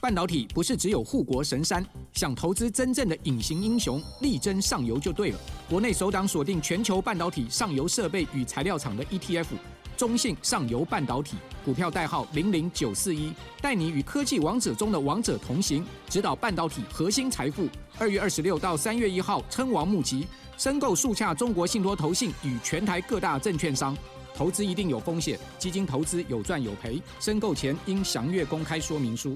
半导体不是只有护国神山，想投资真正的隐形英雄，力争上游就对了。国内首档锁定全球半导体上游设备与材料厂的 ETF， 中信上游半导体，股票代号00941，带你与科技王者中的王者同行，指导半导体核心财富。2月26到3月1号称王募集，申购速洽中国信托投信与全台各大证券商。投资一定有风险，基金投资有赚有赔，申购前应详阅公开说明书。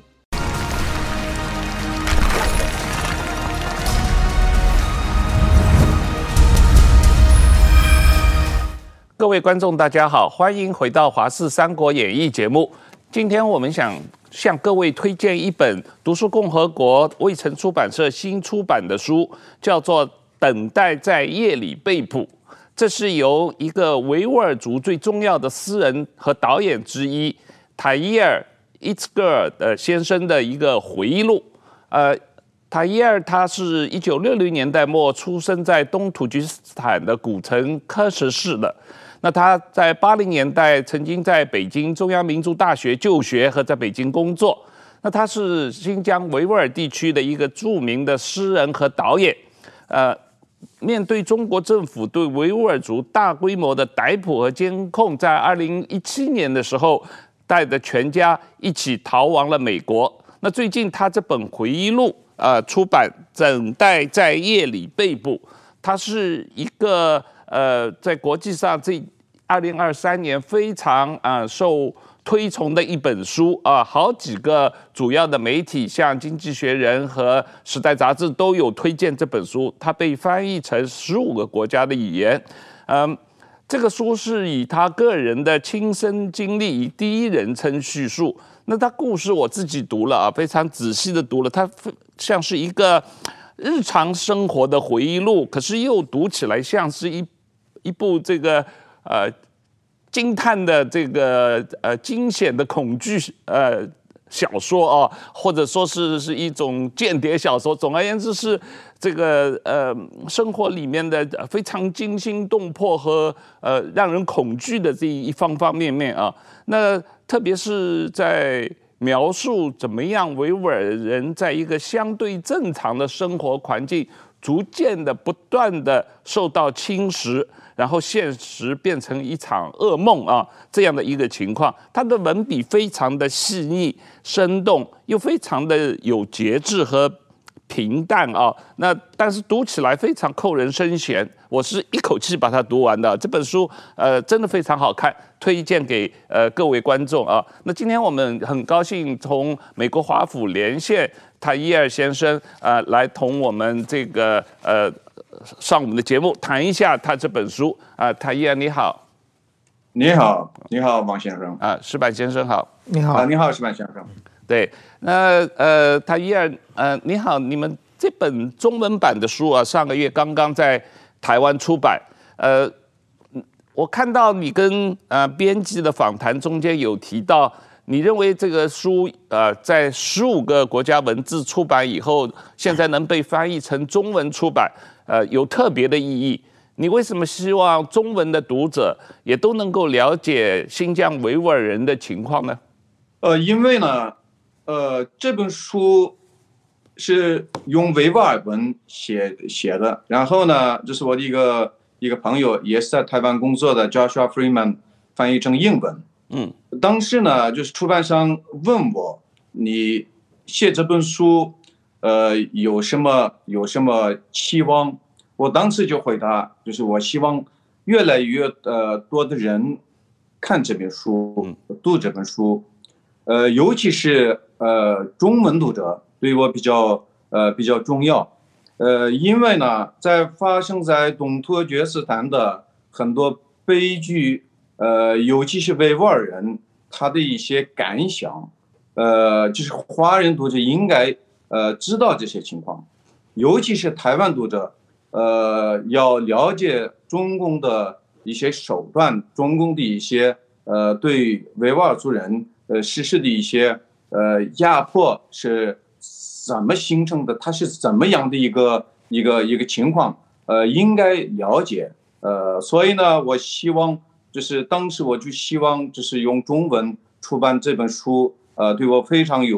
各位观众，大家好，欢迎回到《华视三国演义》节目。今天我们想向各位推荐一本读书共和国卫城出版社新出版的书，叫做《等待在夜里被捕》。这是由一个维吾尔族最重要的诗人和导演之一塔伊尔·伊兹格尔的先生的一个回忆录。塔伊尔他是1960年代末出生在东土吉斯坦的古城科什市的。那他在80年代曾经在北京中央民族大学就学和在北京工作。那他是新疆维吾尔地区的一个著名的诗人和导演。面对中国政府对维吾尔族大规模的逮捕和监控，在2017年的时候，带着全家一起逃亡了美国。那最近他这本回忆录出版，等待在夜里被捕。它是一个在国际上这2023年非常受推崇的一本书好几个主要的媒体，像《经济学人》和《时代》杂志都有推荐这本书。它被翻译成15个国家的语言。这个书是以他个人的亲身经历，以第一人称叙述。那他故事我自己读了非常仔细的读了，它像是一个日常生活的回忆录，可是又读起来像是一部这个惊叹的这个惊险的恐惧小说或者说是一种间谍小说。总而言之是这个生活里面的非常惊心动魄和让人恐惧的这一方方面面那特别是在描述怎么样维吾尔人在一个相对正常的生活环境逐渐的不断的受到侵蚀，然后现实变成一场噩梦这样的一个情况。他的文笔非常的细腻生动，又非常的有节制和平淡那但是读起来非常扣人心弦，我是一口气把它读完的。这本书真的非常好看，推荐给各位观众那今天我们很高兴从美国华府连线塔伊尔先生来同我们这个上我们的节目谈一下他这本书塔伊尔你好。 你好，你好，王先生石板先生好。 你好， 你好，石板先生。 对，那塔伊尔你好，你们这本中文版的书上个月刚刚在台湾出版。我看到你跟编辑的访谈中间有提到，你认为这个书在15个国家文字出版以后，现在能被翻译成中文出版，有特别的意义。你为什么希望中文的读者也都能够了解新疆维吾尔人的情况呢？ 因为呢，这本书是用维吾尔文写的，然后呢，这是我的一个朋友，也是在台湾工作的 Joshua Freeman 翻译成英文。当时呢，就是出版商问我，你写这本书，有什么期望？我当时就回答，就是我希望越来越多的人看这本书，读这本书，尤其是中文读者对我比较重要。因为呢，发生在东突厥斯坦的很多悲剧，尤其是维吾尔人他的一些感想，就是华人读者应该知道这些情况，尤其是台湾读者，要了解中共的一些手段，中共的一些对维吾尔族人实施的一些压迫是怎么形成的，它是怎么样的一个情况，应该了解。所以呢，我希望就是当时我就希望就是用中文出版这本书，对我非常有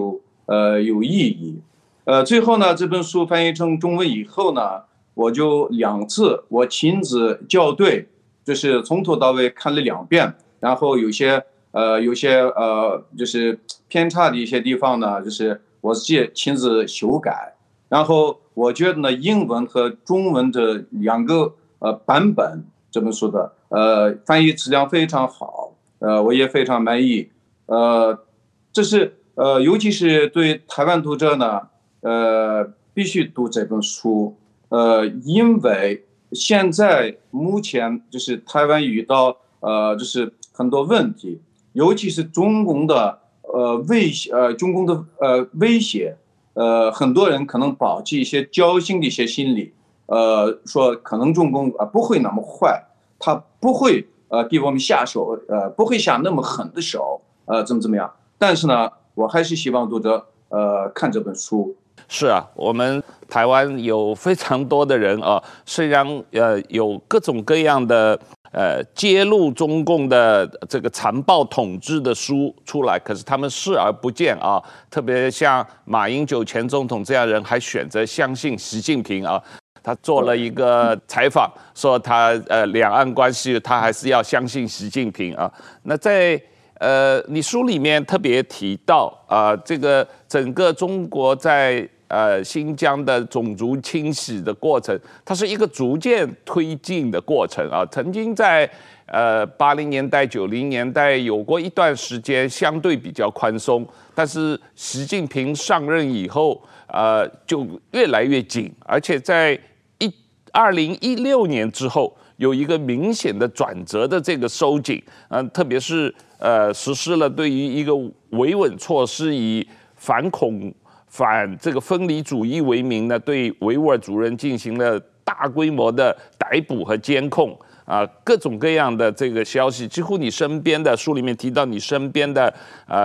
有意义。最后呢，这本书翻译成中文以后呢，我就2次我亲自校对，就是从头到尾看了2遍，然后有些就是偏差的一些地方呢，就是我自己亲自修改。然后我觉得呢，英文和中文这2个版本这本书的翻译质量非常好，我也非常满意。这是尤其是对台湾读者呢，必须读这本书，因为现在目前就是台湾遇到就是很多问题，尤其是中共的威胁。很多人可能保持一些侥幸的一些心理，说可能中共不会那么坏，他不会对我们下手，不会下那么狠的手，怎么样？但是呢，我还是希望读者看这本书。 是啊，我们台湾有非常多的人啊，虽然有各种各样的揭露中共的这个残暴统治的书出来，可是他们视而不见啊。特别像马英九前总统这样的人，还选择相信习近平啊。他做了一个采访，说他两岸关系他还是要相信习近平啊。那在你书里面特别提到这个整个中国在新疆的种族清洗的过程，它是一个逐渐推进的过程啊。曾经在80年代、90年代有过一段时间相对比较宽松，但是习近平上任以后，就越来越紧，而且在2016年之后有一个明显的转折的这个收紧，特别是实施了对于一个维稳措施，以反这个分离主义为名呢，对维吾尔族人进行了大规模的逮捕和监控各种各样的这个消息，几乎你身边的书里面提到你身边的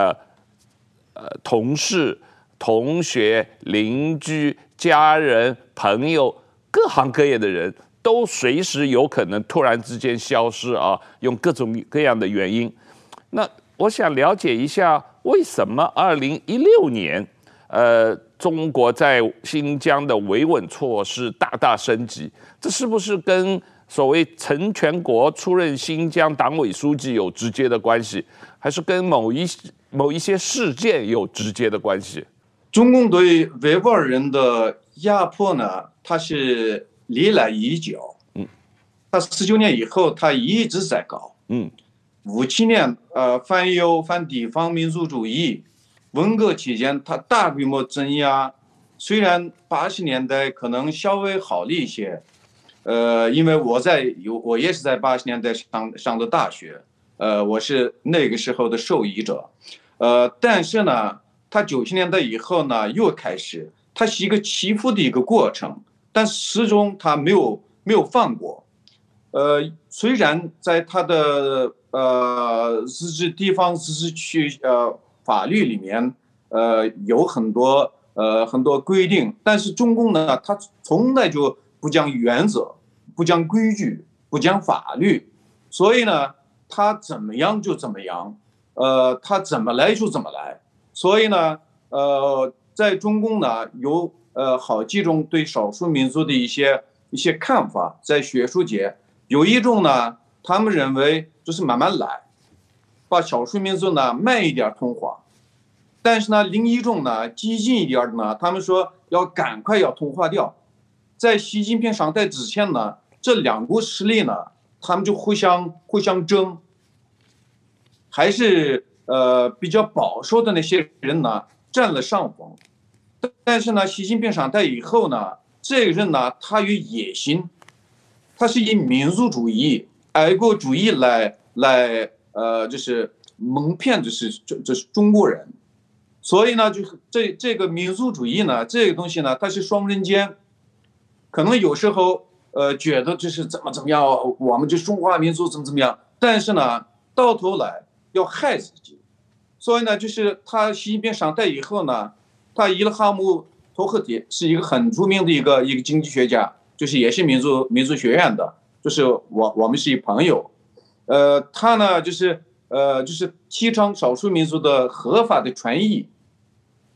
同事、同学、邻居、家人、朋友，各行各业的人都随时有可能突然之间消失啊，用各种各样的原因。那我想了解一下，为什么2016年？中国在新疆的维稳措施大大升级，这是不是跟所谓陈全国出任新疆党委书记有直接的关系，还是跟某一些事件有直接的关系？ 中共对维吾尔人的压迫呢，它是历来已久。他19年以后，他一直在搞。57年，反地方民族主义。文革期间，他大规模镇压，虽然80年代可能稍微好了一些，因为我也是在80年代上的大学，我是那个时候的受益者，但是呢，他90年代以后呢又开始，它是一个起伏的一个过程，但始终他没有放过，虽然在他的地方自治区法律里面，有很多规定，但是中共呢，他从来就不讲原则，不讲规矩，不讲法律，所以呢，他怎么样就怎么样，他怎么来就怎么来，所以呢，在中共呢，有好几种对少数民族的一些看法，在学术界有一种呢，他们认为就是慢慢来。把少数民族呢慢一点同化，但是呢，另一种呢激进一点的呢，他们说要赶快要同化掉。在习近平上台之前呢，这2股势力呢，他们就互相争，还是比较保守的那些人呢占了上风。但是呢，习近平上台以后呢，这个人呢，他有野心，他是以民族主义、爱国主义来。就是蒙骗，这是中国人，所以呢，就是这个民族主义呢，这个东西呢，它是双刃剑，可能有时候觉得这是怎么样，我们这中华民族怎么样，但是呢，到头来要害自己，所以呢，就是他习近平上台以后呢，他伊勒哈木托赫蒂是一个很著名的一个经济学家，就是也是民族学院的，就是我们是一朋友。他呢就是提倡少数民族的合法的权益，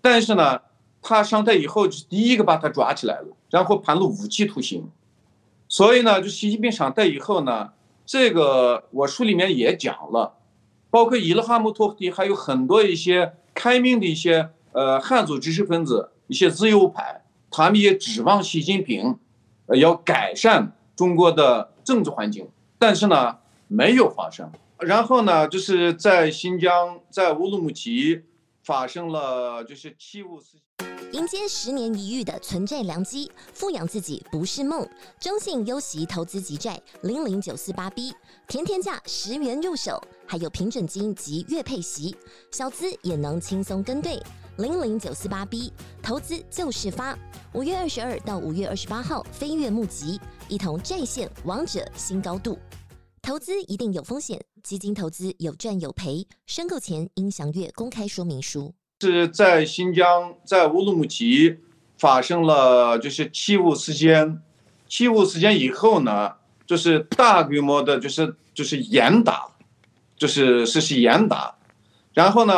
但是呢，他上台以后就是第一个把他抓起来了，然后判了无期徒刑。所以呢，就习近平上台以后呢，这个我书里面也讲了，包括伊勒哈木托夫蒂，还有很多一些开明的一些汉族知识分子、一些自由派，他们也指望习近平要改善中国的政治环境，但是呢没有发生。然后呢，就是在新疆，在乌鲁木齐发生了就是器物事件。 迎接10年一遇的存债良机，富养自己不是梦。中信优息投资级债00948B，甜甜价10元入手，还有平准金及月配息，小资也能轻松跟对。00948B，投资就是发。5月22到5月28号飞跃募集，一同债线王者新高度。投资一定有风险，基金投资有赚有赔，申购前应详阅公开说明书。 是在新疆，在乌鲁木齐发生了就是器物事件，器物事件以后呢，就是大规模的就是严打，就是实施严打。然后呢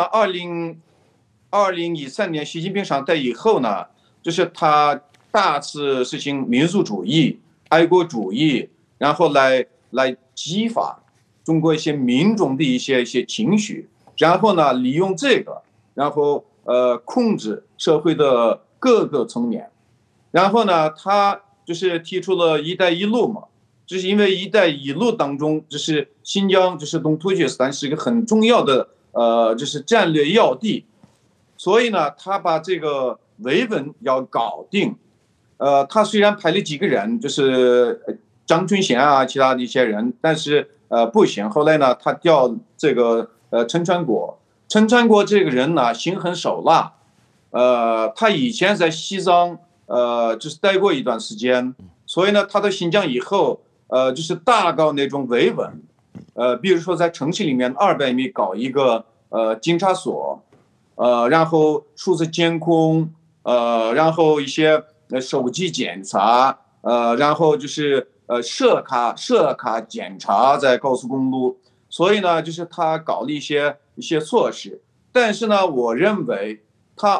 ，2013年习近平上台以后呢，就是他大肆实行民族主义、爱国主义，然后来激发中国一些民众的一些情绪，然后呢，利用这个，然后控制社会的各个层面。然后呢，他就是提出了“一带一路”嘛，就是因为“一带一路”当中，就是新疆就是东突厥斯坦是一个很重要的就是战略要地，所以呢，他把这个维稳要搞定。他虽然派了几个人，就是张春贤啊，其他的一些人，但是不行。后来呢，他调这个陈传国。陈传国这个人呢，心狠手辣，他以前在西藏就是待过一段时间，所以呢，他到新疆以后，就是大搞那种维稳，比如说在城市里面200米搞一个警察所，然后数字监控，然后一些手机检查，然后就是设卡检查在高速公路，所以呢，就是他搞了一些措施。但是呢，我认为他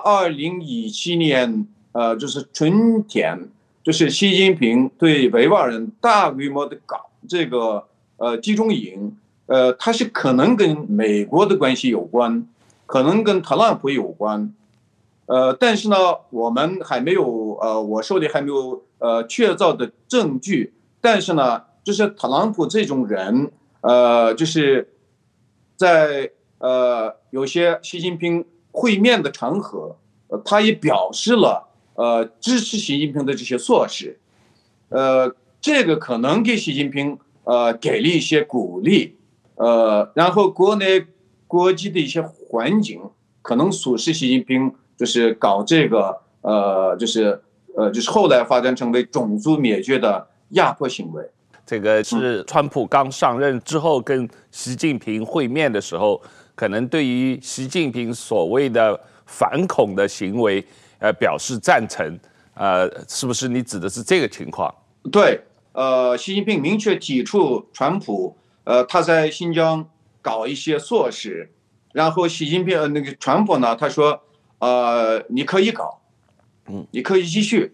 2017年就是春天，就是习近平对维吾尔人大规模的搞这个集中营，它是可能跟美国的关系有关，可能跟特朗普有关，但是呢，我们还没有我手里还没有确凿的证据。但是呢，就是特朗普这种人，就是在有些习近平会面的场合，他也表示了支持习近平的这些措施，这个可能给习近平给了一些鼓励，然后国内国际的一些环境可能促使习近平就是搞这个就是后来发展成为种族灭绝的压迫行为。 这个是川普刚上任之后跟习近平会面的时候，可能对于习近平所谓的反恐的行为，表示赞成，是不是你指的是这个情况？ 对，习近平明确提出川普，他在新疆搞一些措施，然后习近平那个川普呢，他说，你可以搞，你可以继续，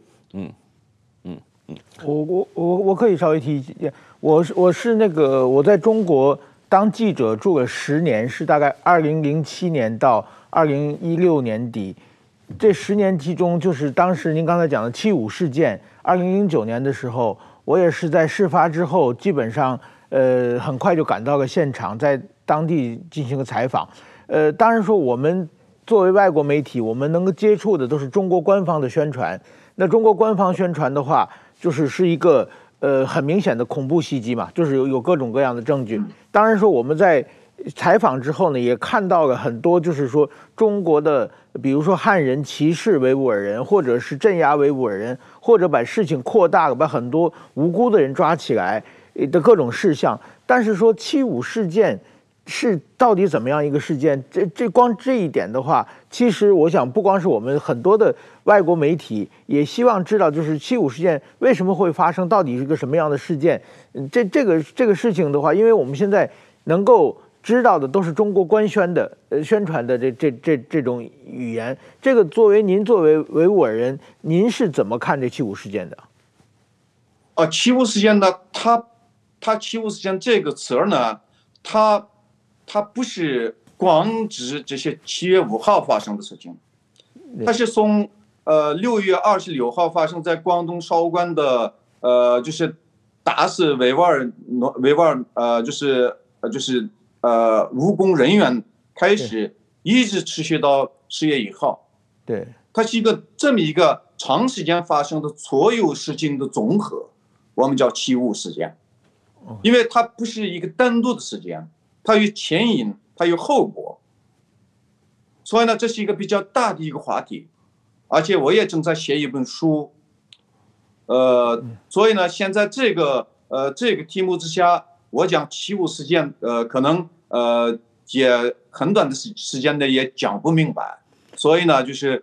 我可以稍微提一下，我是那个我在中国当记者住了10年，是大概2007年到2016年底，这10年其中，就是当时您刚才讲的75事件，2009年的时候，我也是在事发之后，基本上很快就赶到了现场，在当地进行了采访。当然说我们作为外国媒体，我们能够接触的都是中国官方的宣传。那中国官方宣传的话，是一个很明显的恐怖袭击嘛，就是有各种各样的证据。当然说我们在采访之后呢，也看到了很多就是说中国的，比如说汉人歧视维吾尔人，或者是镇压维吾尔人，或者把事情扩大了，把很多无辜的人抓起来的各种事项。但是说75事件是到底怎么样一个事件？光这一点的话，其实我想不光是我们很多的外国媒体也希望知道，就是75事件为什么会发生，到底是个什么样的事件？这个事情的话，因为我们现在能够知道的都是中国官宣的宣传的这种语言。这个您作为维吾尔人，您是怎么看这75事件的？ 75事件呢，它75事件这个词儿呢，它不是光指这些7月5号发生的事情，它是从6月26号发生在广东韶关的就是打死维吾尔就是务工人员开始，一直持续到10月1号。 对， 它是这么一个长时间发生的所有事情的总和，我们叫75事件。因为它不是一个单独的事件，它有前因，它有后果，所以呢，这是一个比较大的一个话题。而且我也正在写一本书，所以呢，现在这个题目之下，我讲75事件，可能也很短的时间内也讲不明白，所以呢，就是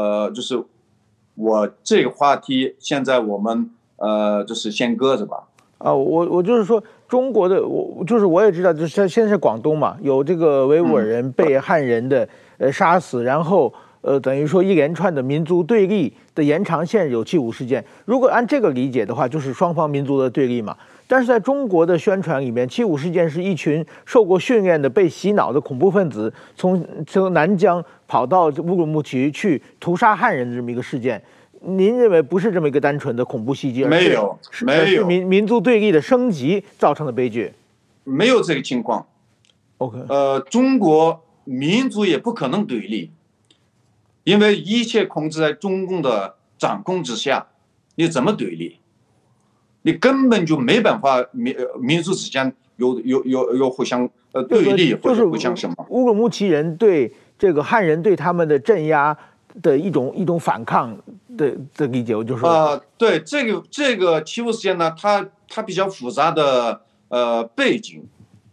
我这个话题现在我们就是先搁着吧。 我就是说中国的，我也知道，就是现在是广东嘛，有这个维吾尔人被汉人的杀死，然后等于说一连串的民族对立的延长线有75事件。如果按这个理解的话，就是双方民族的对立嘛。但是在中国的宣传里面，75事件是一群受过训练的、被洗脑的恐怖分子从南疆跑到乌鲁木齐去屠杀汉人的这么一个事件。您认为不是这么一个单纯的恐怖袭击， 没有是民族对立的升级造成的悲剧？ 没有这个情况。 OK， 中国民族也不可能对立，因为一切控制在中共的掌控之下，你怎么对立？你根本就没办法民族之间有互相对立或者互相什么。 乌鲁木齐人对这个汉人对他们的镇压的一种反抗的理解，我就说对这个75事件呢，它比较复杂的背景，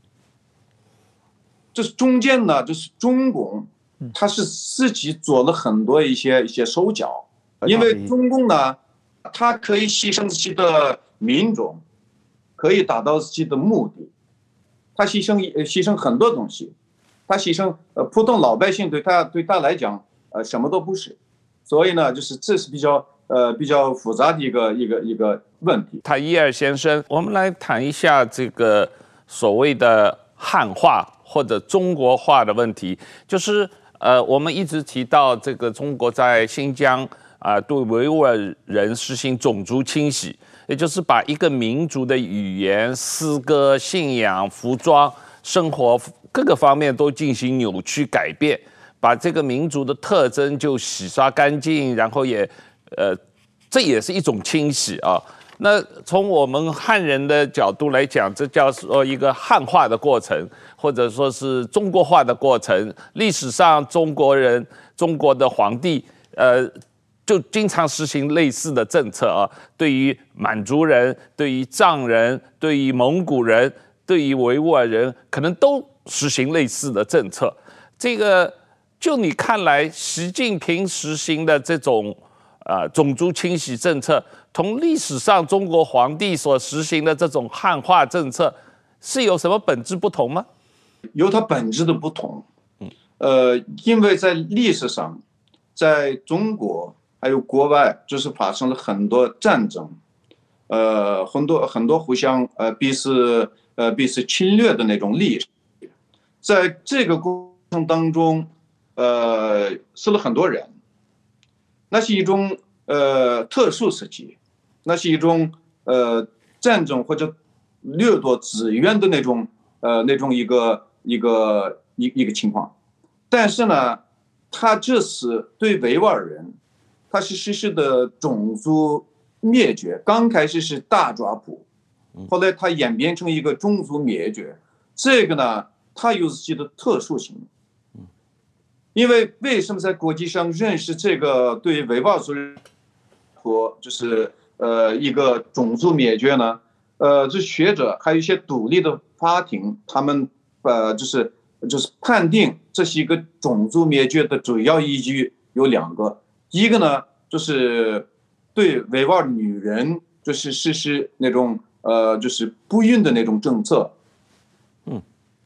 就是中间呢，就是中共，它是自己做了很多一些手脚，因为中共呢，它可以牺牲自己的民众，可以达到自己的目的，它牺牲很多东西，它牺牲普通老百姓对他来讲什么都不是，所以呢，就是这是比较复杂的一个问题。 塔伊尔先生，我们来谈一下这个所谓的汉化或者中国化的问题，就是我们一直提到这个中国在新疆对维吾尔人实行种族清洗，也就是把一个民族的语言、诗歌、信仰、服装、生活各个方面都进行扭曲改变，把这个民族的特征就洗刷干净，然后这也是一种清洗啊。那从我们汉人的角度来讲，这叫做一个汉化的过程，或者说是中国化的过程。历史上中国的皇帝就经常实行类似的政策啊，对于满族人、对于藏人、对于蒙古人、对于维吾尔人，可能都实行类似的政策。这个就你看来，习近平实行的这种种族清洗政策，同历史上中国皇帝所实行的这种汉化政策，是有什么本质不同吗？ 有它本质的不同。因为在历史上，在中国还有国外，就是发生了很多战争，很多互相彼此侵略的那种历史。在这个过程当中，死了很多人，那是一种特殊时期，那是一种战争或者掠夺资源的那种一个情况。但是呢，他这次对维吾尔人，他是实施的种族灭绝，刚开始是大抓捕，后来他演变成一个种族灭绝。这个呢，它有自己的特殊性。因为什么在国际上认识这个对维吾尔族人和就是一个种族灭绝呢？这学者还有一些独立的法庭，他们就是判定这是一个种族灭绝的主要依据有2个，一个呢就是对维吾尔女人就是实施那种就是不孕的那种政策，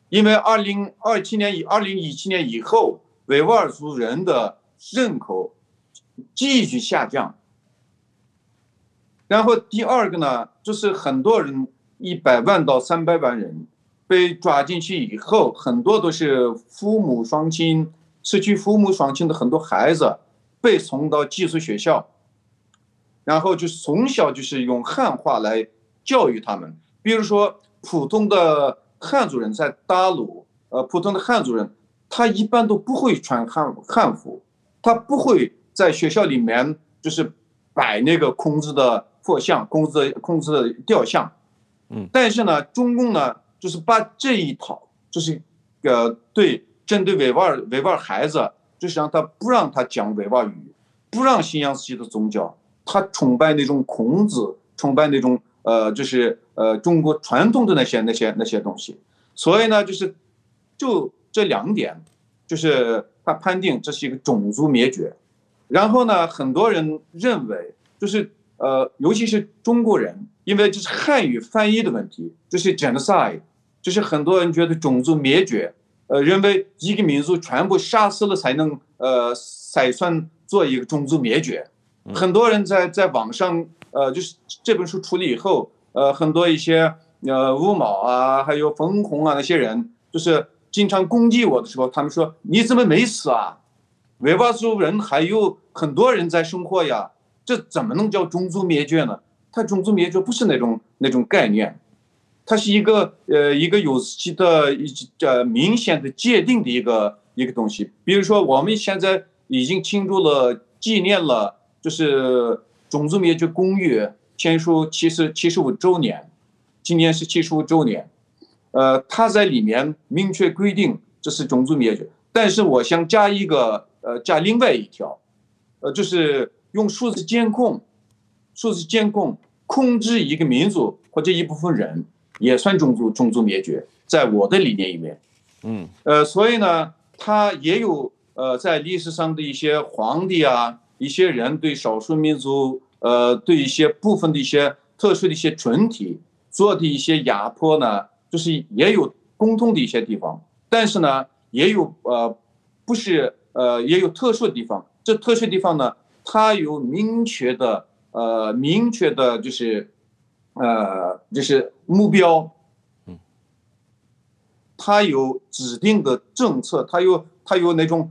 因为2017年以后，维吾尔族人的人口继续下降。然后第二个呢，就是很多人100万到300万人被抓进去以后，很多都是父母双亲，失去父母双亲的很多孩子被送到寄宿学校，然后就从小就是用汉话来教育他们。比如说普通的汉族人在大陆，普通的汉族人他一般都不会穿汉服，他不会在学校里面就是摆那个孔子的佛像、孔子的雕像。但是呢，中共呢就是把这一套就是针对维吾尔孩子，就是不让他讲维吾尔语，不让信仰自己的宗教，他崇拜那种孔子，崇拜那种就是中国传统的那些东西。所以呢，就这2点，就是他判定这是一个种族灭绝。然后呢，很多人认为就是尤其是中国人，因为就是汉语翻译的问题，就是 genocide， 就是很多人觉得种族灭绝，认为一个民族全部杀死了才算做一个种族灭绝。很多人在网上就是这本书出了以后，很多一些乌毛啊，还有冯红啊那些人，就是经常攻击我的时候，他们说你怎么没死啊？维吾尔族人还有很多人在生活呀，这怎么能叫种族灭绝呢？它种族灭绝不是那种概念，它是一个有自己的明显的界定的一个东西。比如说我们现在已经纪念了就是种族灭绝公约签署75周年，今年是75周年。它在里面明确规定这是种族灭绝，但是我想加另外一条，就是用数字监控控制一个民族或者一部分人，也算种族灭绝，在我的理念里面。所以呢，它也有在历史上的一些皇帝啊，一些人对少数民族，对一些部分的一些特殊的一些群体做的一些压迫呢，就是也有共同的一些地方，但是呢，也有也有特殊的地方。这特殊地方呢，它有明确的就是目标，它有指定的政策，它有那种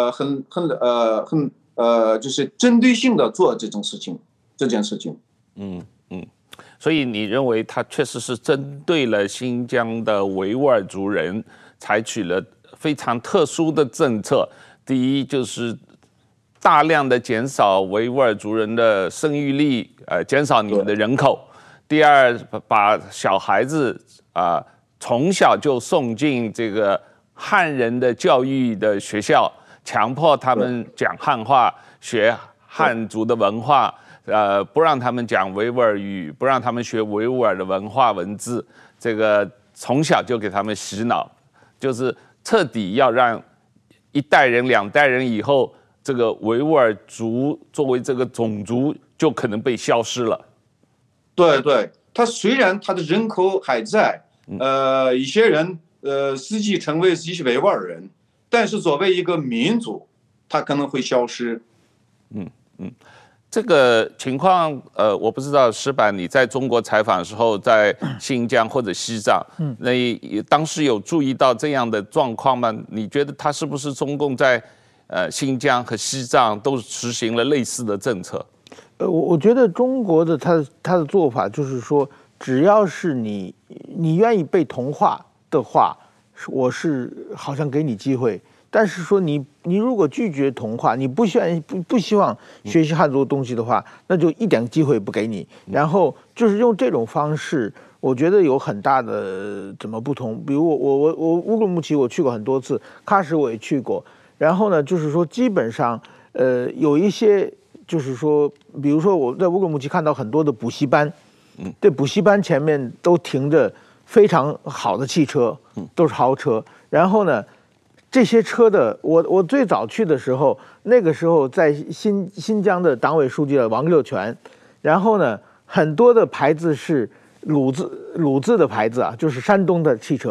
就是针对性的做这件事情。 所以你认为它确实是针对了新疆的维吾尔族人，采取了非常特殊的政策。第一就是大量的减少维吾尔族人的生育力，减少你们的人口。第二，把小孩子从小就送进这个汉人的教育的学校，强迫他们讲汉话，学汉族的文化，不让他们讲维吾尔语，不让他们学维吾尔的文化文字，这个从小就给他们洗脑，就是彻底要让1代人、2代人以后，这个维吾尔族作为这个种族就可能被消失了。 对，他虽然他的人口还在，一些人自己称为自己是维吾尔人，但是作为一个民族，他可能会消失。 这个情况，我不知道石板你在中国采访的时候，在新疆或者西藏，那当时有注意到这样的状况吗？你觉得他是不是中共在新疆和西藏都实行了类似的政策？ 我觉得中国的他的做法就是说，只要是你愿意被同化的话，我是好像给你机会。但是说你如果拒绝同化，你不希望学习汉族的东西的话，那就一点机会不给你。然后就是用这种方式，我觉得有很大的怎么不同。比如我乌鲁木齐我去过很多次，喀什我也去过。然后呢，就是说基本上有一些就是说，比如说我在乌鲁木齐看到很多的补习班，这补习班前面都停着非常好的汽车，都是豪车。然后呢，这些车的，我最早去的时候，那个时候在新疆的党委书记王乐泉，然后呢，很多的牌子是鲁字的牌子啊，就是山东的汽车。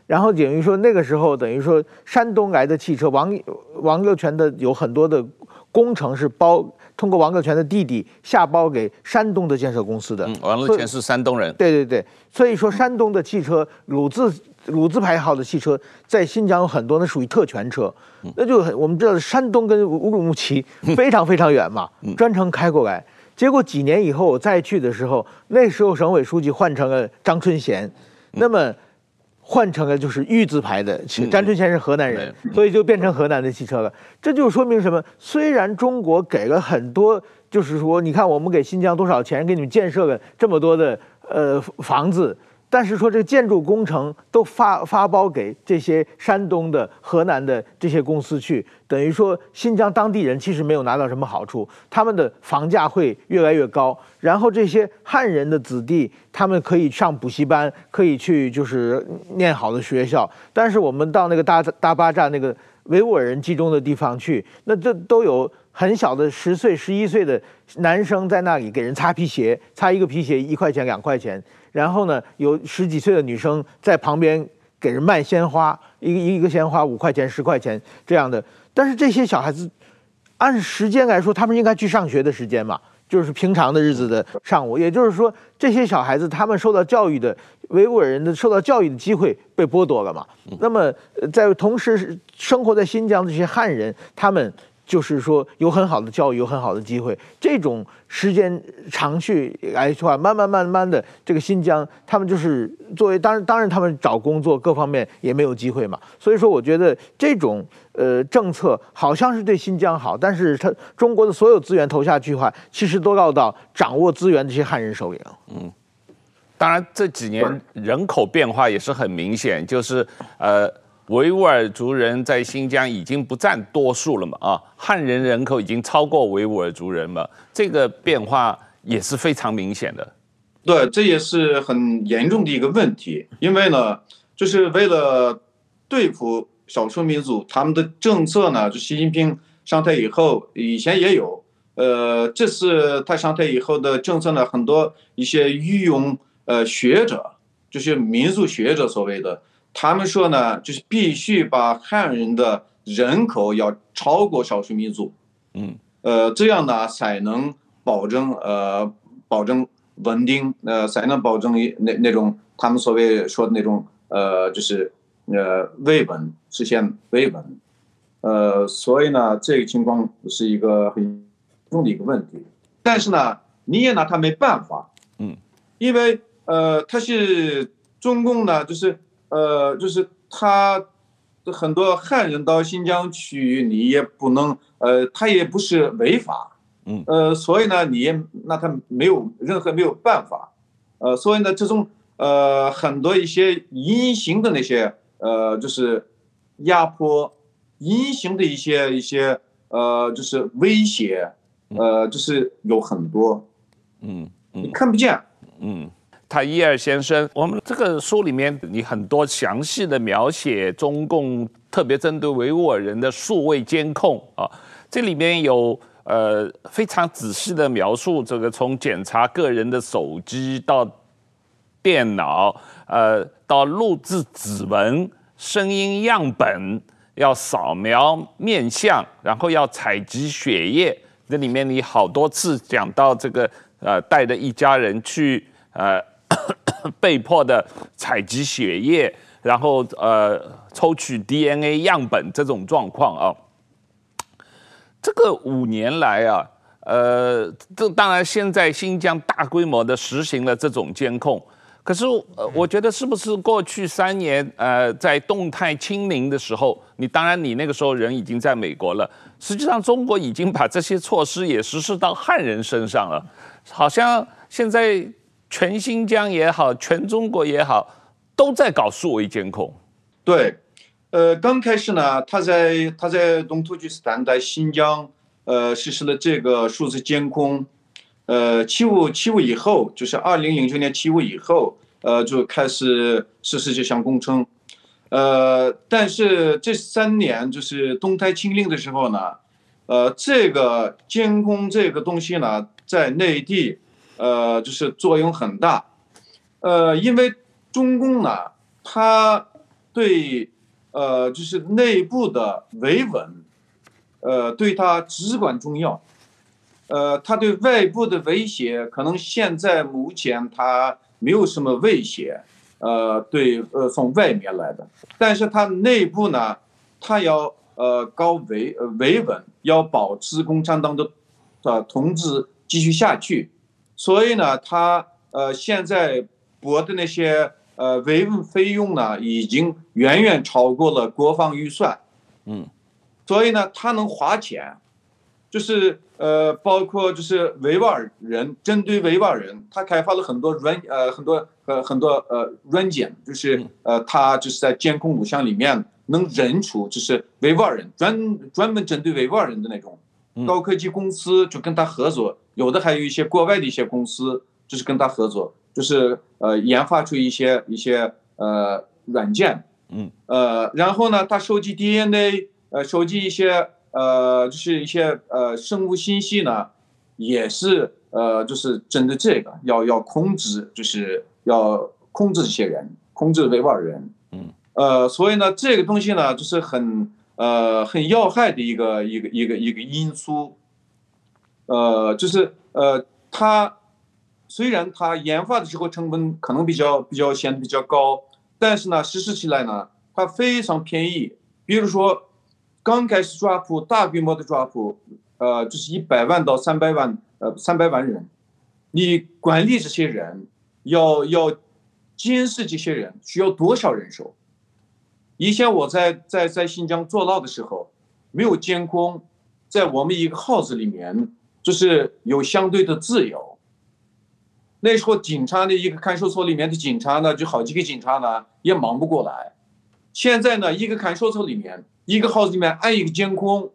然后等于说那个时候等于说山东来的汽车，王乐泉的有很多的工程是通过王乐泉的弟弟下包给山东的建设公司的。 王乐泉是山东人。 对对对，所以说山东的汽车鲁字牌号的汽车在新疆有很多，那属于特权车，那就我们知道山东跟乌鲁木齐非常非常远嘛，专程开过来。结果几年以后我再去的时候，那时候省委书记换成了张春贤，那么换成了就是豫字牌的，张春贤是河南人，所以就变成河南的汽车了。这就说明什么？虽然中国给了很多，就是说你看我们给新疆多少钱，给你们建设了这么多的房子。但是说这个建筑工程都发包给这些山东的、河南的这些公司去，等于说新疆当地人其实没有拿到什么好处，他们的房价会越来越高。然后这些汉人的子弟，他们可以上补习班，可以去就是念好的学校。但是我们到那个大巴扎那个维吾尔人集中的地方去，那这都有很小的10岁、11岁的男生在那里给人擦皮鞋，擦一个皮鞋1块钱、2块钱。然后呢，有10几岁的女生在旁边给人卖鲜花，一个鲜花5块钱、10块钱这样的。但是这些小孩子，按时间来说，他们应该去上学的时间嘛，就是平常的日子的上午。也就是说，这些小孩子他们受到教育的维吾尔人的受到教育的机会被剥夺了嘛。那么，在同时生活在新疆的这些汉人，他们就是说有很好的教育，有很好的机会。这种时间长去来说，慢慢的，这个新疆他们就是作为当然他们找工作各方面也没有机会嘛。所以说，我觉得这种政策好像是对新疆好，但是中国的所有资源投下去的话，其实都落到掌握资源的这些汉人手里了。 当然这几年人口变化也是很明显，就是维吾尔族人在新疆已经不占多数了嘛，汉人人口已经超过维吾尔族人了，这个变化也是非常明显的。 对，这也是很严重的一个问题，因为呢，就是为了对付少数民族，他们的政策呢，就习近平上台以后，以前也有，这次他上台以后的政策呢，很多一些御用学者，就是民族学者所谓的。他们说呢，就是必须把汉人的人口要超过少数民族，这样呢才能保证稳定，才能保证那种他们所谓说的那种就是维稳，实现维稳，所以呢这个情况是一个很严重的一个问题。但是呢，你也拿他没办法，因为他是中共呢，就是他很多汉人到新疆去，你也不能，他也不是违法，所以呢，你也那他没有办法，所以呢，这种很多一些隐形的那些就是压迫，隐形的一些就是威胁，就是有很多，你看不见， 塔伊尔先生，我们这个书里面你很多详细的描写中共特别针对维吾尔人的数位监控啊，这里面有非常仔细的描述，这个从检查个人的手机到电脑，到录制指纹、声音样本，要扫描面相，然后要采集血液。这里面你好多次讲到这个带着一家人去被迫的采集血液，然后抽取 DNA 样本这种状况啊。这个5年来啊，这当然现在新疆大规模的实行了这种监控，可是我觉得是不是过去3年在动态清零的时候，当然你那个时候人已经在美国了，实际上中国已经把这些措施也实施到汉人身上了，好像现在全新疆也好，全中国也好，都在搞数位监控。 对，刚开始呢，他在东突厥斯坦在新疆实施了这个数字监控，75以后，就是2009年75以后，就开始实施这项工程，但是这3年就是动态清零的时候呢，这个监控这个东西呢，在内地就是作用很大，因为中共呢，他对就是内部的维稳，对他至关重要。他对外部的威胁，可能现在目前他没有什么威胁，对从外面来的，但是他内部呢，他要搞维稳，要保持共产党的统治继续下去，所以呢，他现在拨的那些维稳费用呢，已经远远超过了国防预算，所以呢，他能花钱。就是包括就是维吾尔人，针对维吾尔人，他开发了很多软件，就是他就是在监控录像里面能认出就是维吾尔人，专门针对维吾尔人的那种高科技公司就跟他合作，有的还有一些国外的一些公司就是跟他合作，就是研发出一些软件，然后呢，他收集 DNA，收集一些。就是一些生物信息呢，也是就是针对这个要控制，就是要控制这些人，控制维吾尔人。所以呢，这个东西呢，就是很要害的一个因素。就是它虽然它研发的时候成本可能显得比较高，但是呢，实施起来呢，它非常便宜。比如说。刚开始抓捕大规模的抓捕，就是100万到300万人，你管理这些人，要监视这些人，需要多少人手？以前我在新疆坐牢的时候，没有监控，在我们一个 house 里面，就是有相对的自由。那时候警察的一个看守所里面的警察呢，就好几个警察呢，也忙不过来。现在呢，一个看守所里面。一个 house 里面按一个监控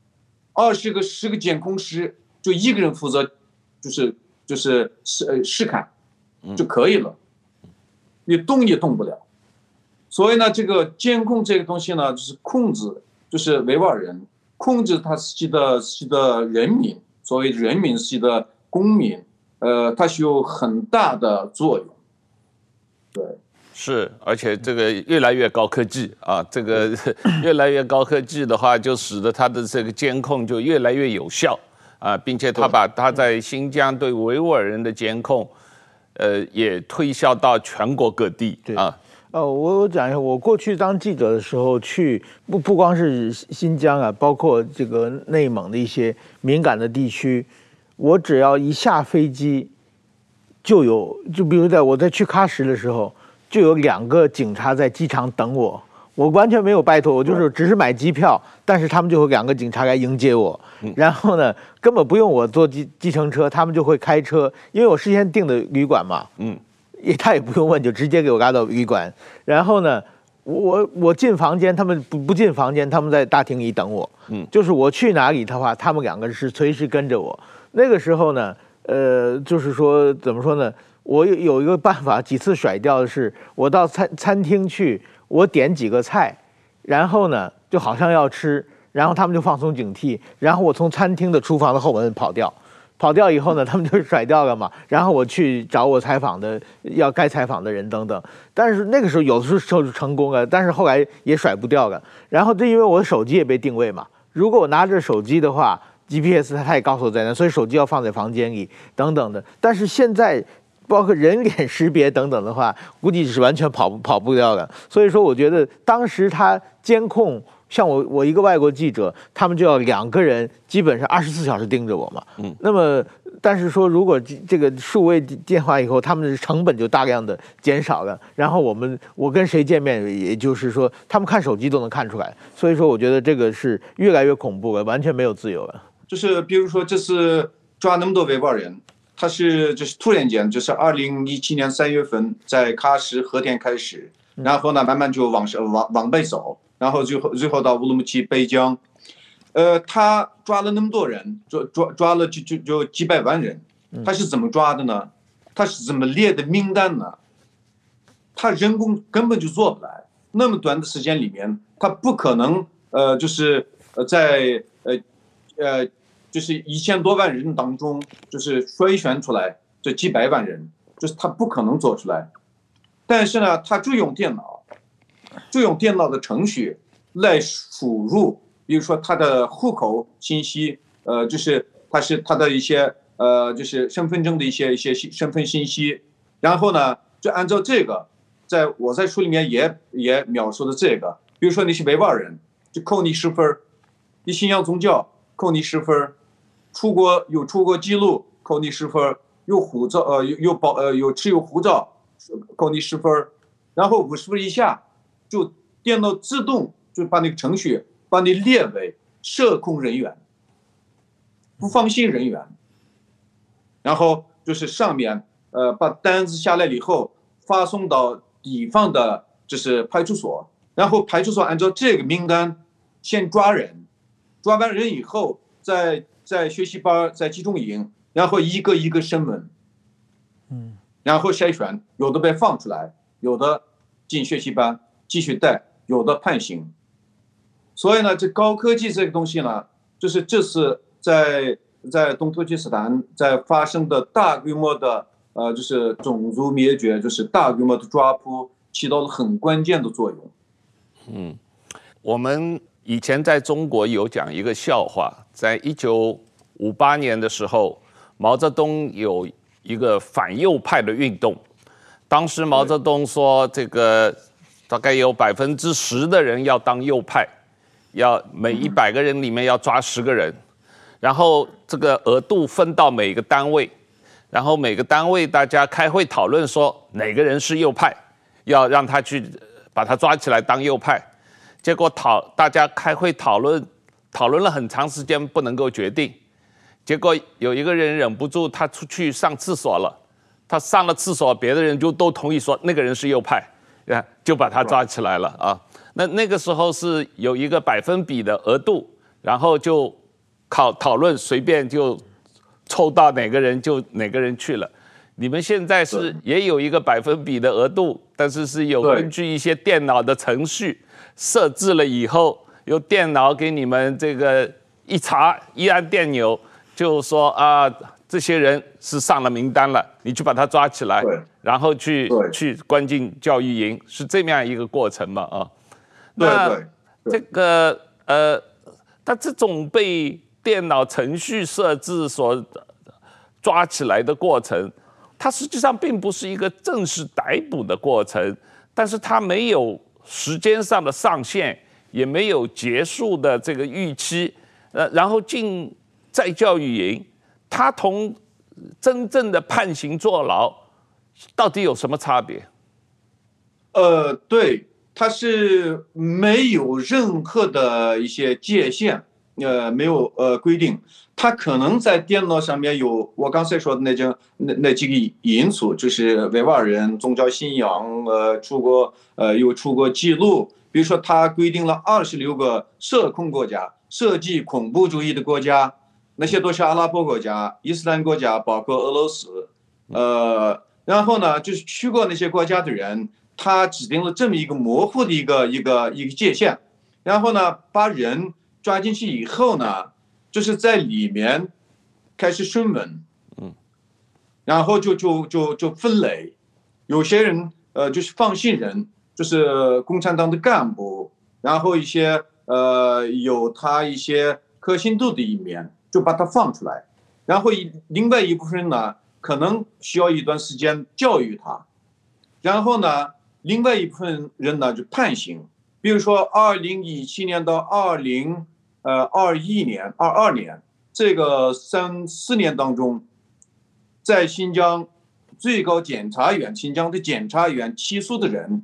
，10个监控师，就一个人负责，就是视看就可以了，你动也动不了。所以呢，这个监控这个东西呢，就是控制，就是维吾尔人控制他自己的人民，作为人民自己的公民，它是有很大的作用，对。 是，而且这个越来越高科技啊，这个越来越高科技的话，就使得它的这个监控就越来越有效啊，并且他把他在新疆对维吾尔人的监控，也推销到全国各地啊。 我讲一下，我过去当记者的时候去不光是新疆啊，包括这个内蒙的一些敏感的地区，我只要一下飞机，就比如我在去喀什的时候。就有2个警察在机场等我，我完全没有拜托，我就是只是买机票，但是他们就会2个警察来迎接我，然后呢，根本不用我坐计程车，他们就会开车，因为我事先订的旅馆嘛，他也不用问，就直接给我拉到旅馆，然后呢，我进房间，他们不进房间，他们在大厅里等我，就是我去哪里的话，他们2个是随时跟着我。那个时候呢，就是说怎么说呢？我有一个办法，几次甩掉的是，我到餐厅去，我点几个菜，然后呢，就好像要吃，然后他们就放松警惕，然后我从餐厅的厨房的后门跑掉以后呢，他们就甩掉了嘛，然后我去找我采访的该采访的人等等，但是那个时候有的时候是成功了，但是后来也甩不掉了，然后因为我的手机也被定位嘛，如果我拿着手机的话 ，GPS 它也告诉我在那，所以手机要放在房间里等等的，但是现在。包括人脸识别等等的话，估计是完全跑不掉的。所以说，我觉得当时他监控，像我一个外国记者，他们就要2个人，基本上24小时盯着我嘛。那么，但是说如果这个数位电话以后，他们的成本就大量的减少了。然后我跟谁见面，也就是说，他们看手机都能看出来。所以说，我觉得这个是越来越恐怖了，完全没有自由了。 就是比如说，这次抓那么多维吾尔人。他就是突然间，就是2017年3月份在喀什和田开始，然后呢慢慢就往北走，然后最后到乌鲁木齐、北疆，他抓了那么多人，抓了就几百万人，他是怎么抓的呢？他是怎么列的名单呢？他人工根本就做不来，那么短的时间里面，他不可能就是在就是1000多万人当中，就是筛选出来这几百万人，就是他不可能做出来。但是呢，他就用电脑， 就用电脑的程序来输入，比如说他的户口信息，就是他的一些就是身份证的一些身份信息，然后呢，就按照这个，我在书里面也描述了这个，比如说你是维吾尔人，就扣你10分，你信仰宗教扣你10分，有出国记录扣你10分，有护照有持有护照扣你10分，然后50分以下，就电脑自动就把那个程序把你列为涉控人员、不放心人员，然后就是上面把单子下来了以后发送到地方的就是派出所，然后派出所按照这个名单先抓人，抓完人以后在学习班在集中营，然后一个一个审问，然后筛选，有的被放出来，有的进学习班继续带，有的判刑。所以呢，这高科技这个东西呢，就是这次在东突厥斯坦在发生的大规模的就是种族灭绝，就是大规模的抓捕，起到了很关键的作用。 我们以前在中国有讲一个笑话，在1958年的时候，毛泽东有一个反右派的运动，当时毛泽东说，这个大概有10%的人要当右派，要每100个人里面要抓10个人，然后这个额度分到每个单位，然后每个单位大家开会讨论说哪个人是右派，要让他去把他抓起来当右派。结果大家开会讨论了很长时间，不能够决定。结果有一个人忍不住，他出去上厕所了。他上了厕所，别的人就都同意说那个人是右派，就把他抓起来了啊。那个时候是有一个百分比的额度，然后就讨论，随便就抽到哪个人就哪个人去了。你们现在是也有一个百分比的额度，但是有根据一些电脑的程序设置了以后，由电脑给你们这个一查，一按电钮就说啊，这些人是上了名单了，你去把他抓起来，然后去关进教育营，是这么样一个过程嘛？啊，那这个他这种被电脑程序设置所抓起来的过程，它实际上并不是一个正式逮捕的过程，但是它没有时间上的上限，也没有结束的这个预期，然后进再教育营，它同真正的判刑坐牢到底有什么差别？ 对，它是没有任何的一些界限，没有规定。它可能在电脑上面有我刚才说的那几个因素，就是维吾尔人、宗教信仰、有出国记录。比如说，它规定了26个涉恐国家、涉及恐怖主义的国家，那些都是阿拉伯国家、伊斯兰国家，包括俄罗斯。然后呢，就是去过那些国家的人，他指定了这么一个模糊的一个界限，然后呢，把人抓进去以后呢，就是在里面开始审问，然后就分类，有些人就是放心人，就是共产党的干部，然后一些有他一些可信度的一面，就把他放出来，然后另外一部分人呢，可能需要一段时间教育他，然后呢，另外一部分人呢就判刑，比如说2017年到22年这个3-4年当中，在新疆最高检察院、新疆的检察院起诉的人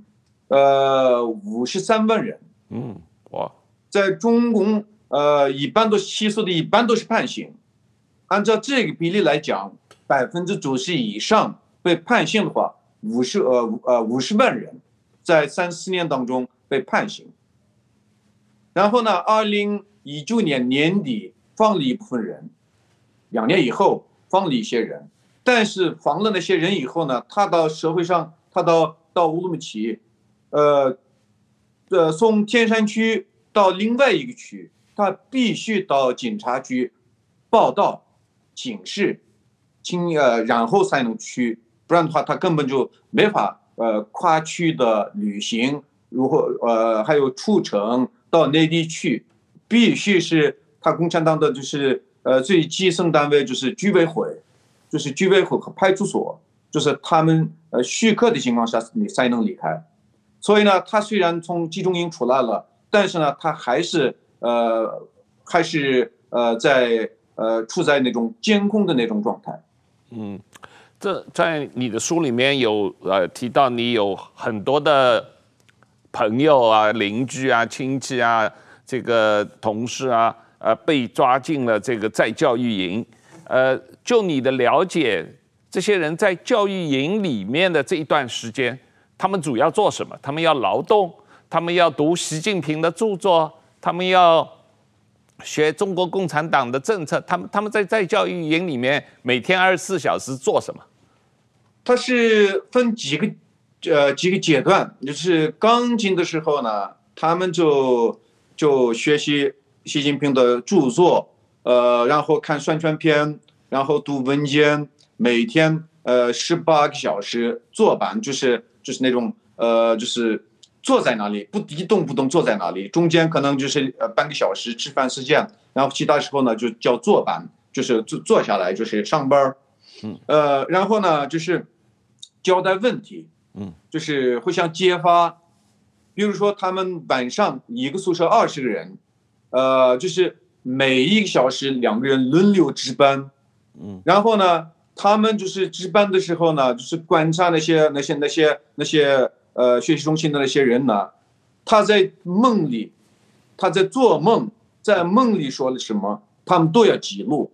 ，53万人。 哇， 在中共一般都起诉的，一般都是判刑。按照这个比例来讲，90%以上被判刑的话，50万人在3-4年当中被判刑。然后呢，2019年年底放了一部分人，2年以后放了一些人，但是放了那些人以后呢，他到社会上，他到乌鲁木齐，从天山区到另外一个区，他必须到警察局报到、警示，然后才能去，不然的话他根本就没法跨区的旅行， 如果还有出城到内地去，必须是他共产党的就是最基层单位就是居委会，就是居委会和派出所，就是他们许可的情况下你才能离开。所以呢，他虽然从集中营出来了，但是呢，他还是在处在那种监控的那种状态。 这在你的书里面有提到，你有很多的朋友啊、邻居啊、亲戚啊、这个同事啊，被抓进了这个再教育营。就你的了解，这些人在教育营里面的这一段时间，他们主要做什么？他们要劳动，他们要读习近平的著作，他们要学中国共产党的政策。他们在教育营里面每天24小时做什么？ 它是分几个阶段，就是刚进的时候呢，他们就学习习近平的著作，然后看宣传片，然后读文件，每天18个小时坐班，就是那种就是坐在那里不一动不动坐在那里，中间可能就是半个小时吃饭时间，然后其他时候呢就叫坐班，就是坐下来就是上班，然后呢就是交代问题，就是互相揭发，比如说他们晚上一个宿舍20个人，就是每1个小时2个人轮流值班，然后呢，他们就是值班的时候呢，就是观察那些学习中心的那些人呢，他在梦里，他在做梦，在梦里说了什么，他们都要记录。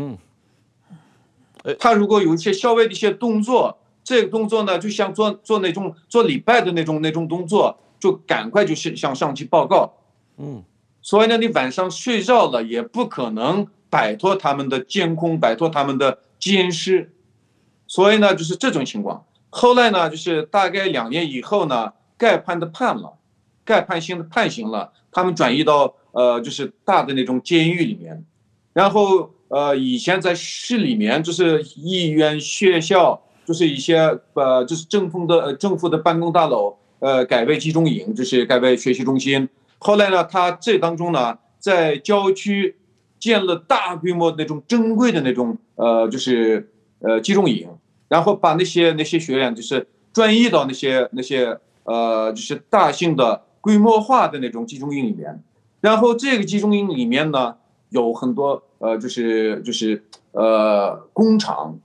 他如果有一些稍微的一些动作，这个动作呢，就像做那种做礼拜的那种动作，就赶快就是向上级报告。所以呢，你晚上睡觉了也不可能摆脱他们的监控，摆脱他们的监视。所以呢，就是这种情况。后来呢，就是大概2年以后呢，该判的判了，该判刑的判刑了，他们转移到就是大的那种监狱里面。然后以前在市里面，就是医院、学校，就是一些就是政府的办公大楼，改为集中营，就是改为学习中心。后来呢，他这当中呢，在郊区建了大规模的那种珍贵的那种就是集中营，然后把那些学员就是转移到那些就是大型的规模化的那种集中营里面。然后这个集中营里面呢，有很多就是工厂，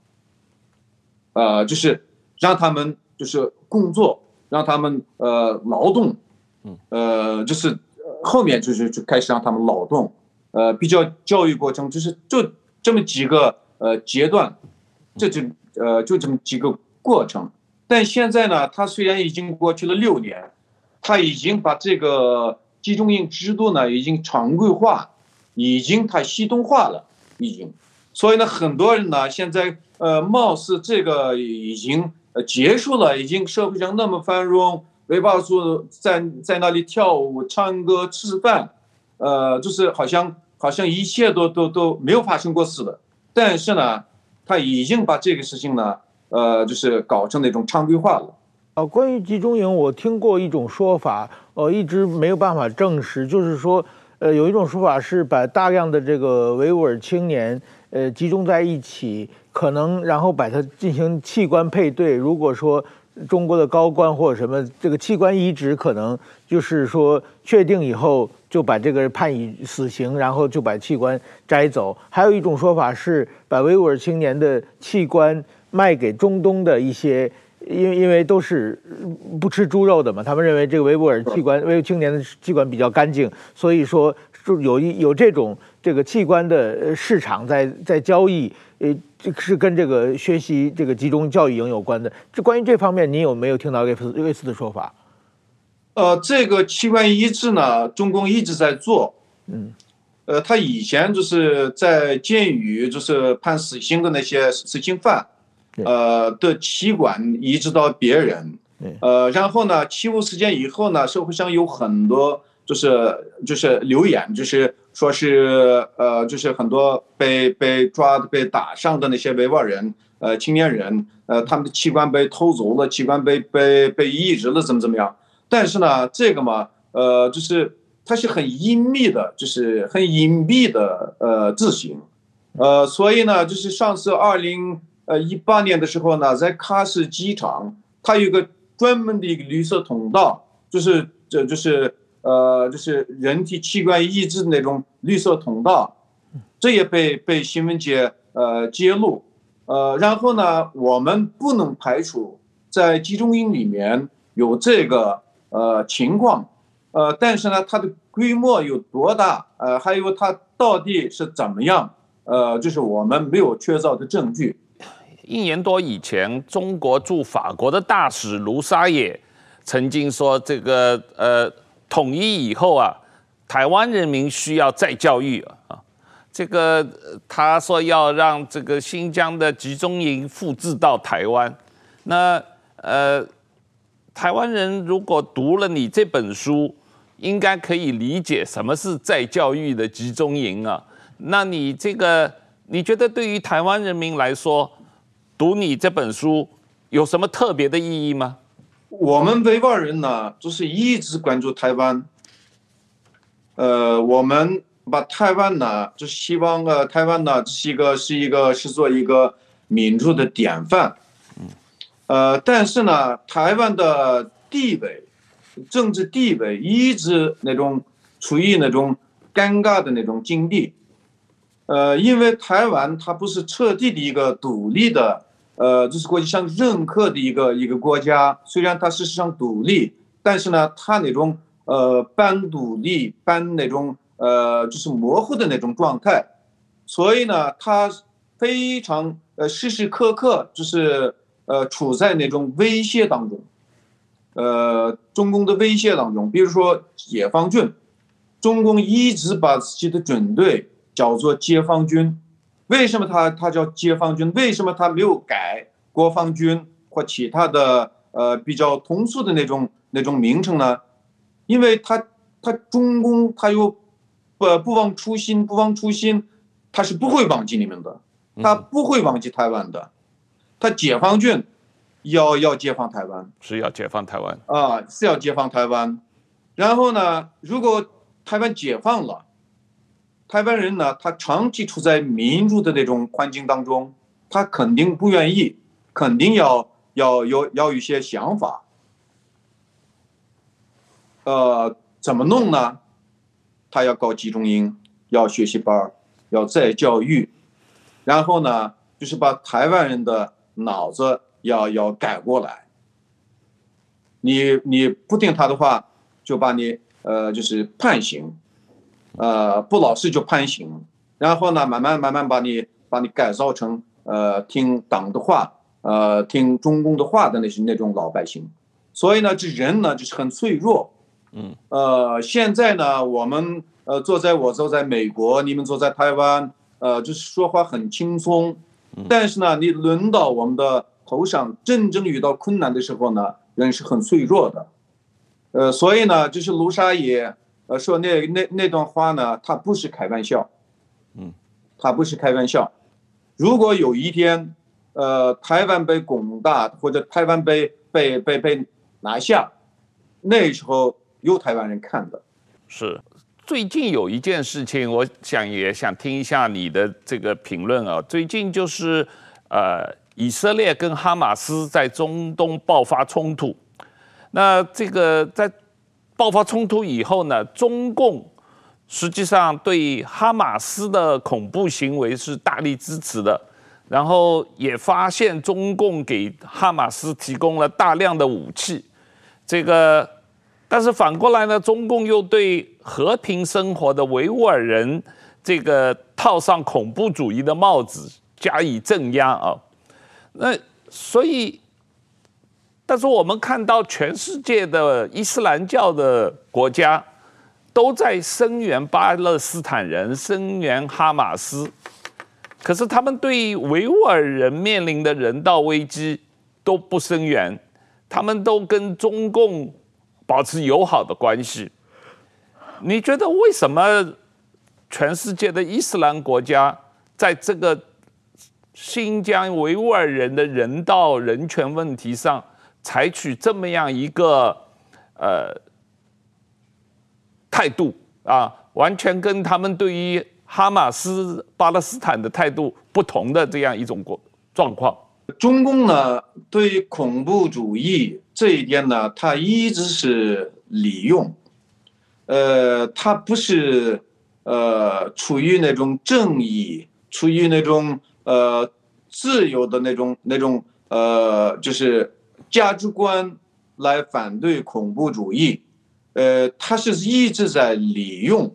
就是让他们就是工作，让他们劳动，就是后面就开始让他们劳动，比较教育过程就这么几个阶段，就这么几个过程。但现在呢，他虽然已经过去了6年，他已经把这个集中营制度呢已经常规化，已经它系统化了，已经。所以呢，很多人呢现在貌似这个已经结束了，已经社会上那么繁荣，维吾尔族在那里跳舞、唱歌、吃饭，就是好像一切都没有发生过似的。但是呢，他已经把这个事情呢，就是搞成那种常规化了。 关于集中营，我听过一种说法，一直没有办法证实，就是说，有一种说法是把大量的这个维吾尔青年，集中在一起，可能然后把它进行器官配对。如果说中国的高官或者什么这个器官移植，可能就是说确定以后就把这个判以死刑，然后就把器官摘走。还有一种说法是把维吾尔青年的器官卖给中东的一些。因为都是不吃猪肉的嘛，他们认为这个维吾尔青年的器官比较干净，所以说有这种这个器官的市场在交易，是跟这个学习这个集中教育营有关的。关于这方面，您有没有听到类似的说法？ 这个器官移植呢，中共一直在做。他以前就是在监狱就是判死刑的那些死刑犯。的器官移植到别人，然后呢，起步时间以后呢，社会上有很多就是留言，就是说是就是很多被抓的被打伤的那些维吾尔人青年人，他们的器官被偷走了，器官被移植了，怎么样？ 但是呢，这个嘛，就是它是很隐秘的，就是很隐蔽的字形，所以呢，就是上次2018年的时候呢，在喀什机场，它有一个专门的一个绿色通道，就是人体器官移植的那种绿色通道，这也被新闻界揭露，然后呢，我们不能排除在集中营里面有这个情况，但是呢，它的规模有多大，还有它到底是怎么样，就是我们没有确凿的证据。 1年多以前，中国驻法国的大使卢沙野曾经说，这个统一以后啊，台湾人民需要再教育啊。这个他说要让这个新疆的集中营复制到台湾。那台湾人如果读了你这本书，应该可以理解什么是再教育的集中营啊。那你觉得对于台湾人民来说，读你这本书有什么特别的意义吗？ 我们维吾尔人呢，就是一直关注台湾。我们把台湾呢，就希望台湾呢是做一个民主的典范。但是呢，台湾的地位，政治地位一直处于那种尴尬的那种境地。因为台湾它不是彻底的一个独立的。就是国际上认可的一个国家，虽然它事实上独立，但是呢，它那种半独立、半那种就是模糊的那种状态，所以呢，它非常时时刻刻就是处在那种威胁当中，中共的威胁当中，比如说解放军，中共一直把自己的军队叫做解放军。为什么他叫解放军？为什么他没有改国防军或其他的比较通俗的那种名称呢？因为他中共他又不忘初心，他是不会忘记你们的，他不会忘记台湾的，他解放军要解放台湾， 是要解放台湾啊，是要解放台湾。然后呢，如果台湾解放了。台湾人呢，他长期处在民主的那种环境当中，他肯定不愿意，肯定要有一些想法。怎么弄呢？他要搞集中营，要学习班，要再教育，然后呢，就是把台湾人的脑子要改过来。你不听他的话，就把你就是判刑。不老实就判刑，然后呢，慢慢把你改造成听党的话，听中共的话的那种老百姓。所以呢，这人呢就是很脆弱。现在呢，我们我坐在美国，你们坐在台湾，就是说话很轻松。但是呢，你轮到我们的头上，真正遇到困难的时候呢，人是很脆弱的。所以呢，就是卢沙野。说那段话呢，他不是开玩笑，他不是开玩笑。如果有一天，台湾被攻打或者台湾被拿下，那时候有台湾人看的。 是，最近有一件事情，我也想听一下你的这个评论啊。最近就是以色列跟哈马斯在中东爆发冲突，那这个在爆发冲突以后呢，中共实际上对哈马斯的恐怖行为是大力支持的，然后也发现中共给哈马斯提供了大量的武器，但是反过来呢，中共又对和平生活的维吾尔人套上恐怖主义的帽子加以镇压啊。那所以。但是我们看到全世界的伊斯兰教的国家都在声援巴勒斯坦人，声援哈马斯，可是他们对维吾尔人面临的人道危机都不声援，他们都跟中共保持友好的关系。你觉得为什么全世界的伊斯兰国家在这个新疆维吾尔人的人道人权问题上采取这么样一个态度啊，完全跟他们对于哈马斯巴勒斯坦的态度不同的这样一种状况。 中共呢，对于恐怖主义这一点呢，它一直是利用，它不是出于那种正义，出于那种自由的那种就是价值观来反对恐怖主义，它是一直在利用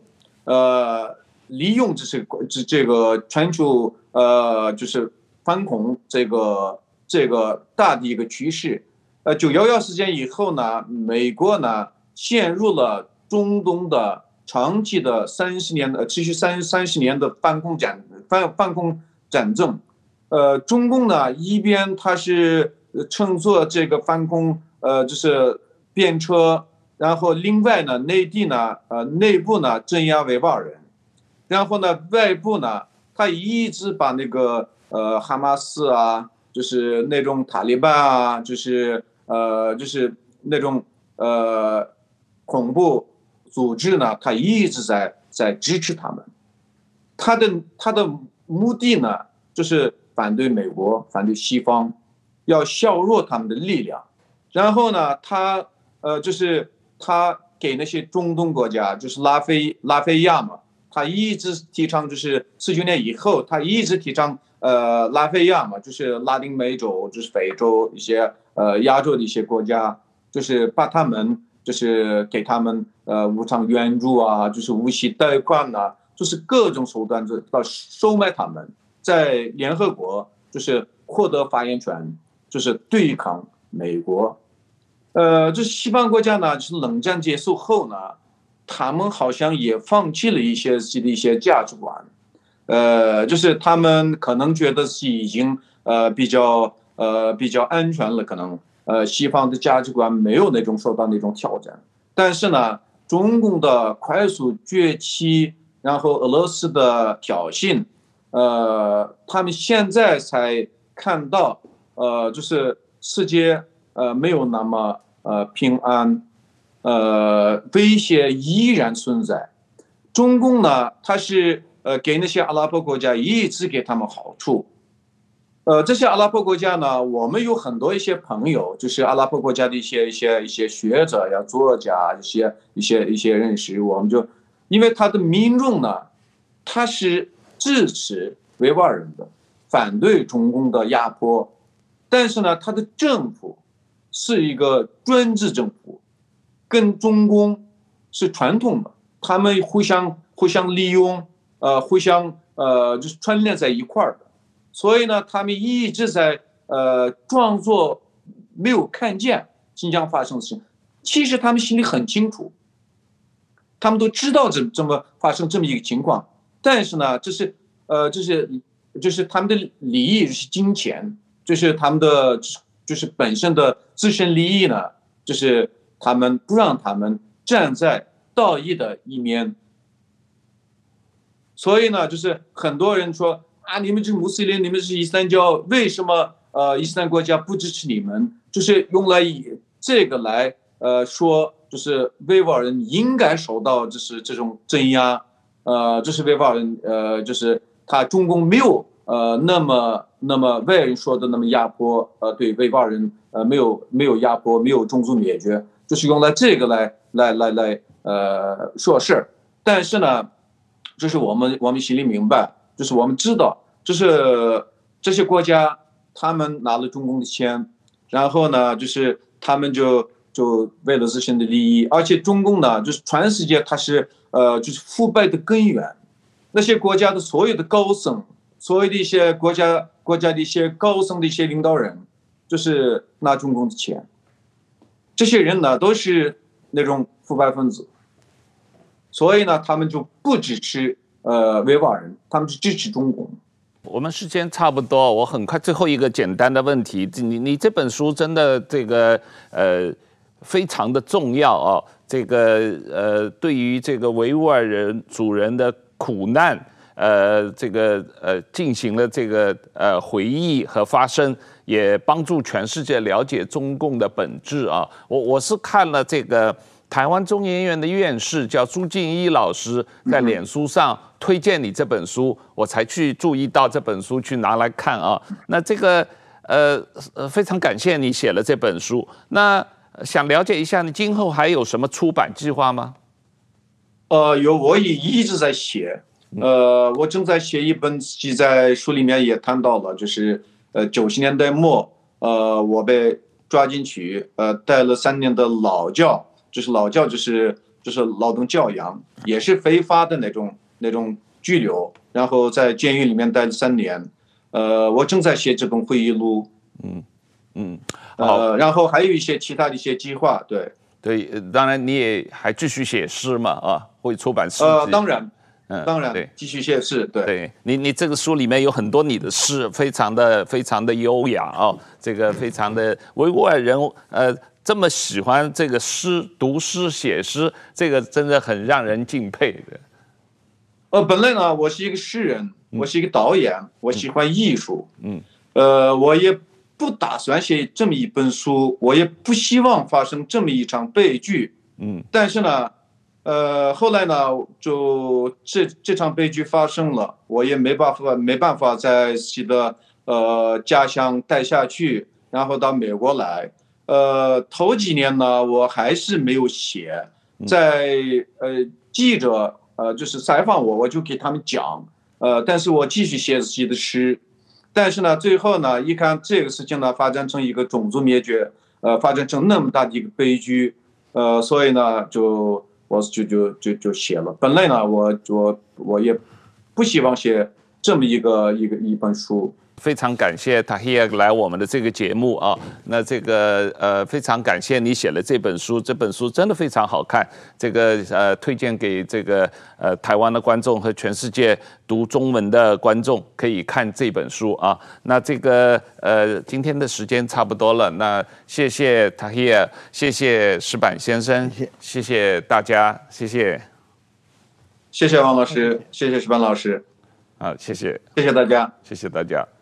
这个全球就是反恐这个大的一个趋势。911事件以后呢，美国呢陷入了中东的长期的持续30年的反恐战争。中共呢一边它是乘坐这个反恐就是便车，然后另外呢内部呢镇压维吾尔人，然后呢外部呢他一直把那个哈马斯啊，就是那种塔利班啊，就是那种恐怖组织呢，他一直在支持他们。他的目的呢，就是反对美国，反对西方，要削弱他们的力量。然后呢，他给那些中东国家，就是拉非亚嘛，他一直提倡，就是49年以后，他一直提倡拉非亚嘛，就是拉丁美洲，就是非洲一些亚洲的一些国家，就是把他们就是给他们无偿援助啊，就是无息贷款呐，就是各种手段到收买他们，在联合国就是获得发言权，就是对抗美国。就是西方国家呢，就是冷战结束后呢，他们好像也放弃了一些价值观，就是他们可能觉得是已经比较安全了，可能西方的价值观没有那种受到那种挑战。但是呢，中共的快速崛起，然后俄罗斯的挑衅，他们现在才看到，就是世界没有那么平安，威胁依然存在。中共呢，它是给那些阿拉伯国家一直给他们好处。这些阿拉伯国家呢，我们有很多一些朋友，就是阿拉伯国家的一些学者呀、作家、一些人士，我们就因为他的民众呢，他是支持维吾尔人的，反对中共的压迫，但是呢，他的政府是一个专制政府，跟中共是传统的，他们互相利用，互相就是串联在一块儿的。所以呢，他们一直在装作没有看见新疆发生的事情，其实他们心里很清楚，他们都知道这么发生这么一个情况，但是呢，就是他们的利益是金钱，就是他们的就是本身的自身利益呢，就是他们不让他们站在道义的一面，所以呢，就是很多人说。你们是穆斯林，你们是伊斯兰教，为什么伊斯兰国家不支持你们？就是用来以这个来说，就是维吾尔人应该受到就是这种镇压，就是维吾尔人就是他中共没有那么外人说的那么压迫，对维吾尔人没有压迫，没有种族灭绝，就是用来这个来说事儿。但是呢，就是我们心里明白。就是我们知道，就是这些国家，他们拿了中共的钱，然后呢，就是他们就为了自身的利益，而且中共呢，就是全世界它是就是腐败的根源。那些国家的所有的高层，所有的一些国家的一些高层的一些领导人，就是拿中共的钱。这些人呢，都是那种腐败分子，所以呢，他们就不支持。维吾尔人，他们是支持中共。 我们时间差不多，我很快最后一个简单的问题，你这本书真的这个非常的重要这个对于这个维吾尔人族人的苦难， 进行了这个回忆和发声，也帮助全世界了解中共的本质啊。我是看了这个台湾中研院的院士叫朱敬一老师在脸书上推荐你这本书，我才去注意到这本书去拿来看啊。那这个非常感谢你写了这本书。那想了解一下，你今后还有什么出版计划吗？ 有，我也一直在写。我正在写一本，在书里面也谈到了，就是90年代末，我被抓进去，待了3年的劳教，就是劳教就是劳动教养，也是非法的那种拘留，然后在监狱里面待了3年。我正在写这本回忆录。然后还有一些其他的一些计划，对， 当然你也还继续写诗嘛，会出版诗集。 当然， 对， 继续写诗，对， 你这个书里面有很多你的诗，非常的优雅这个非常的维吾尔人这么喜欢这个诗，读诗写诗，这个真的很让人敬佩的。 本来呢，我是一个诗人，我是一个导演，我喜欢艺术，我也不打算写这么一本书，我也不希望发生这么一场悲剧，但是呢，后来呢，就这场悲剧发生了，我也没办法在自己的家乡待下去，然后到美国来。头几年呢，我还是没有写，在记者就是采访我就给他们讲，但是我继续写自己的诗。但是呢，最后呢，一看这个事情呢发展成一个种族灭绝，发展成那么大的一个悲剧，所以呢，我就写了。本来呢，我也不希望写这么一本书。 非常感谢 Tahir 来我们的这个节目啊，那这个非常感谢你写了这本书，这本书真的非常好看，这个推荐给这个台湾的观众和全世界读中文的观众可以看这本书啊。那这个今天的时间差不多了，那谢谢 Tahir， 谢谢石板先生，谢谢大家，谢谢王老师，谢谢石板老师， 谢谢大家， 谢谢大家。